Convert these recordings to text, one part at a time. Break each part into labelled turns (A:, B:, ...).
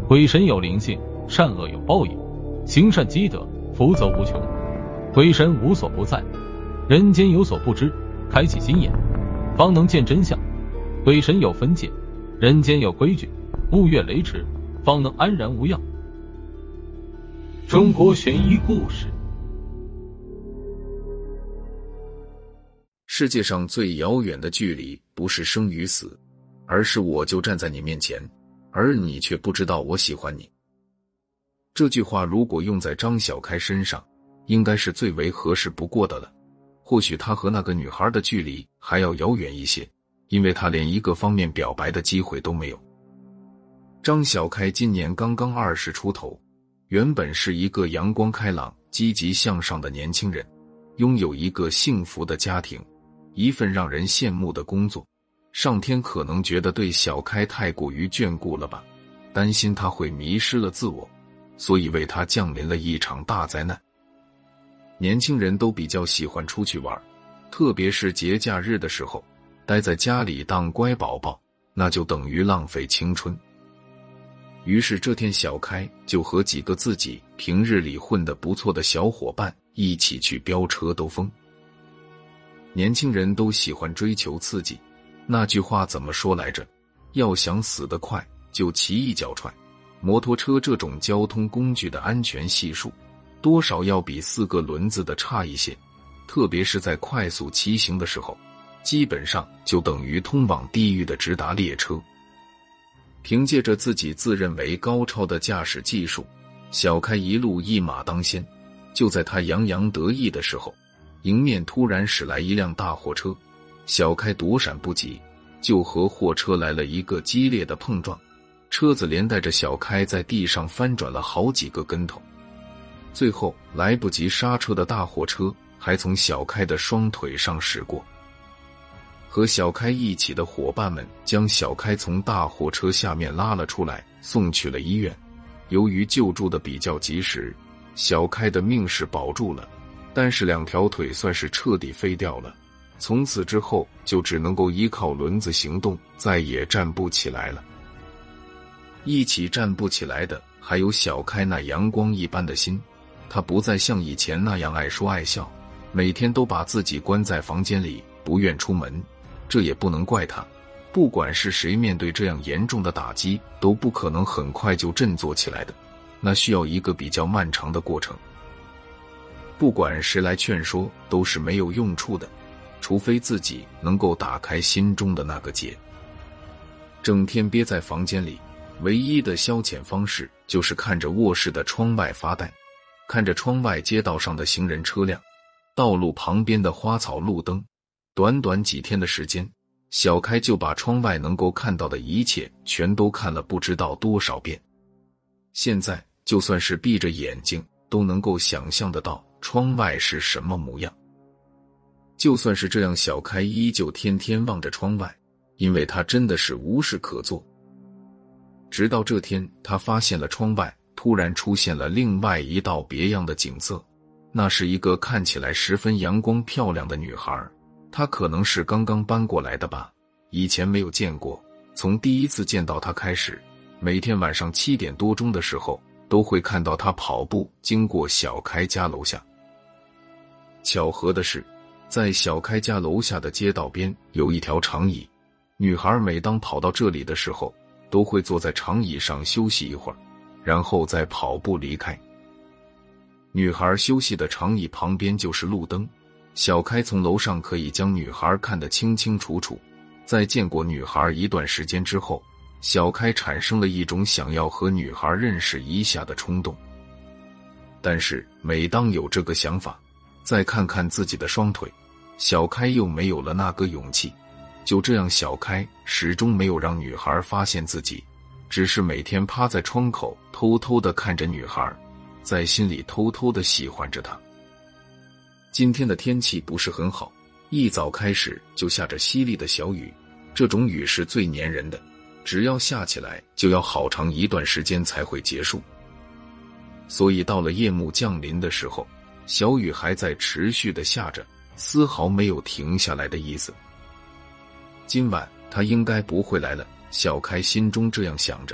A: 鬼神有灵性，善恶有报应，行善积德，福泽无穷。鬼神无所不在，人间有所不知，开启心眼，方能见真相。鬼神有分界，人间有规矩，勿越雷池，方能安然无恙。中国悬疑故事。
B: 世界上最遥远的距离，不是生与死，而是我就站在你面前，而你却不知道我喜欢你。这句话如果用在张小开身上，应该是最为合适不过的了。或许他和那个女孩的距离还要遥远一些，因为他连一个方面表白的机会都没有。张小开今年刚刚20出头，原本是一个阳光开朗、积极向上的年轻人，拥有一个幸福的家庭，一份让人羡慕的工作。上天可能觉得对小开太过于眷顾了吧，担心他会迷失了自我，所以为他降临了一场大灾难。年轻人都比较喜欢出去玩，特别是节假日的时候，待在家里当乖宝宝，那就等于浪费青春。于是这天小开就和几个自己平日里混得不错的小伙伴一起去飙车兜风。年轻人都喜欢追求刺激，那句话怎么说来着？要想死得快，就骑一脚踹。摩托车这种交通工具的安全系数，多少要比4个轮子的差一些，特别是在快速骑行的时候，基本上就等于通往地狱的直达列车。凭借着自己自认为高超的驾驶技术，小开一路一马当先。就在他洋洋得意的时候，迎面突然驶来一辆大货车，小开躲闪不及，就和货车来了一个激烈的碰撞，车子连带着小开在地上翻转了好几个跟头。最后来不及刹车的大货车还从小开的双腿上驶过。和小开一起的伙伴们将小开从大货车下面拉了出来，送去了医院。由于救助的比较及时，小开的命是保住了，但是2条腿算是彻底废掉了，从此之后就只能够依靠轮子行动，再也站不起来了。一起站不起来的还有小开那阳光一般的心，他不再像以前那样爱说爱笑，每天都把自己关在房间里，不愿出门。这也不能怪他，不管是谁面对这样严重的打击，都不可能很快就振作起来的，那需要一个比较漫长的过程。不管谁来劝说，都是没有用处的，除非自己能够打开心中的那个结。整天憋在房间里，唯一的消遣方式就是看着卧室的窗外发呆，看着窗外街道上的行人车辆，道路旁边的花草路灯。短短几天的时间，小开就把窗外能够看到的一切全都看了不知道多少遍。现在就算是闭着眼睛都能够想象得到窗外是什么模样。就算是这样，小开依旧天天望着窗外，因为他真的是无事可做。直到这天，他发现了窗外突然出现了另外一道别样的景色，那是一个看起来十分阳光漂亮的女孩。她可能是刚刚搬过来的吧，以前没有见过。从第一次见到她开始，每天晚上7点多钟的时候，都会看到她跑步经过小开家楼下。巧合的是，在小开家楼下的街道边有一条长椅，女孩每当跑到这里的时候，都会坐在长椅上休息一会儿，然后再跑步离开。女孩休息的长椅旁边就是路灯，小开从楼上可以将女孩看得清清楚楚。在见过女孩一段时间之后，小开产生了一种想要和女孩认识一下的冲动。但是每当有这个想法，再看看自己的双腿，小开又没有了那个勇气。就这样，小开始终没有让女孩发现自己，只是每天趴在窗口偷偷地看着女孩，在心里偷偷地喜欢着她。今天的天气不是很好，一早开始就下着淅沥的小雨，这种雨是最粘人的，只要下起来就要好长一段时间才会结束。所以到了夜幕降临的时候，小雨还在持续地下着，丝毫没有停下来的意思。今晚他应该不会来了，小开心中这样想着。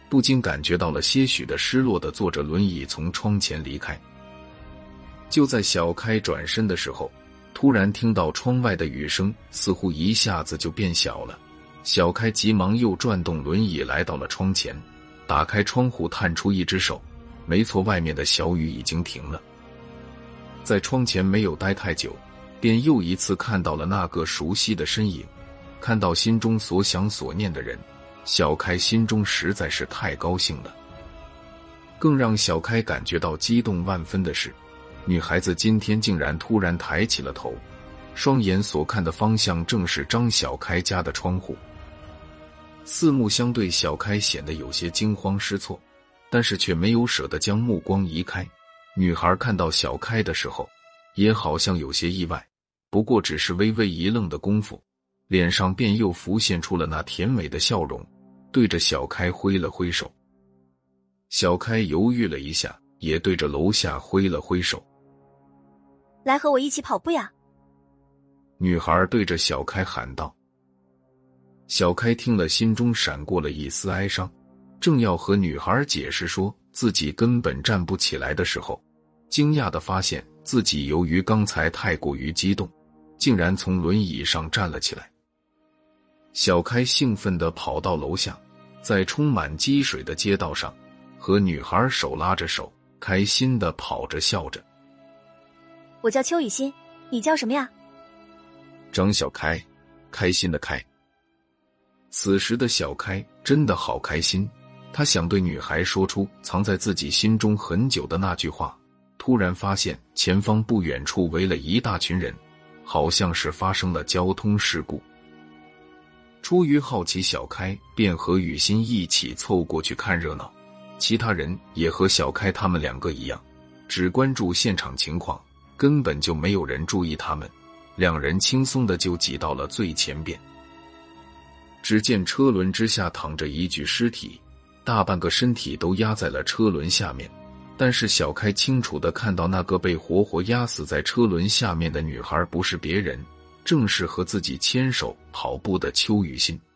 B: 不禁感觉到了些许的失落地坐着轮椅从窗前离开。就在小开转身的时候，突然听到窗外的雨声似乎一下子就变小了。小开急忙又转动轮椅来到了窗前，打开窗户探出一只手，没错，外面的小雨已经停了。在窗前没有待太久，便又一次看到了那个熟悉的身影。看到心中所想所念的人，小开心中实在是太高兴了。更让小开感觉到激动万分的是，女孩子今天竟然突然抬起了头，双眼所看的方向正是张小开家的窗户。四目相对，小开显得有些惊慌失措，但是却没有舍得将目光移开。女孩看到小开的时候，也好像有些意外，不过只是微微一愣的功夫，脸上便又浮现出了那甜美的笑容，对着小开挥了挥手。小开犹豫了一下，也对着楼下挥了挥手。
C: 来和我一起跑步呀！
B: 女孩对着小开喊道。小开听了，心中闪过了一丝哀伤，正要和女孩解释说自己根本站不起来的时候，惊讶地发现自己由于刚才太过于激动，竟然从轮椅上站了起来。小开兴奋地跑到楼下，在充满积水的街道上，和女孩手拉着手，开心地跑着笑着。
C: 我叫邱雨欣，你叫什么呀？
B: 张小开，开心的开。此时的小开真的好开心，他想对女孩说出藏在自己心中很久的那句话，突然发现前方不远处围了一大群人，好像是发生了交通事故。出于好奇，小开便和雨欣一起凑过去看热闹，其他人也和小开他们两个一样，只关注现场情况，根本就没有人注意他们，两人轻松的就挤到了最前边。只见车轮之下躺着一具尸体，大半个身体都压在了车轮下面，但是小开清楚地看到那个被活活压死在车轮下面的女孩不是别人，正是和自己牵手跑步的邱雨欣。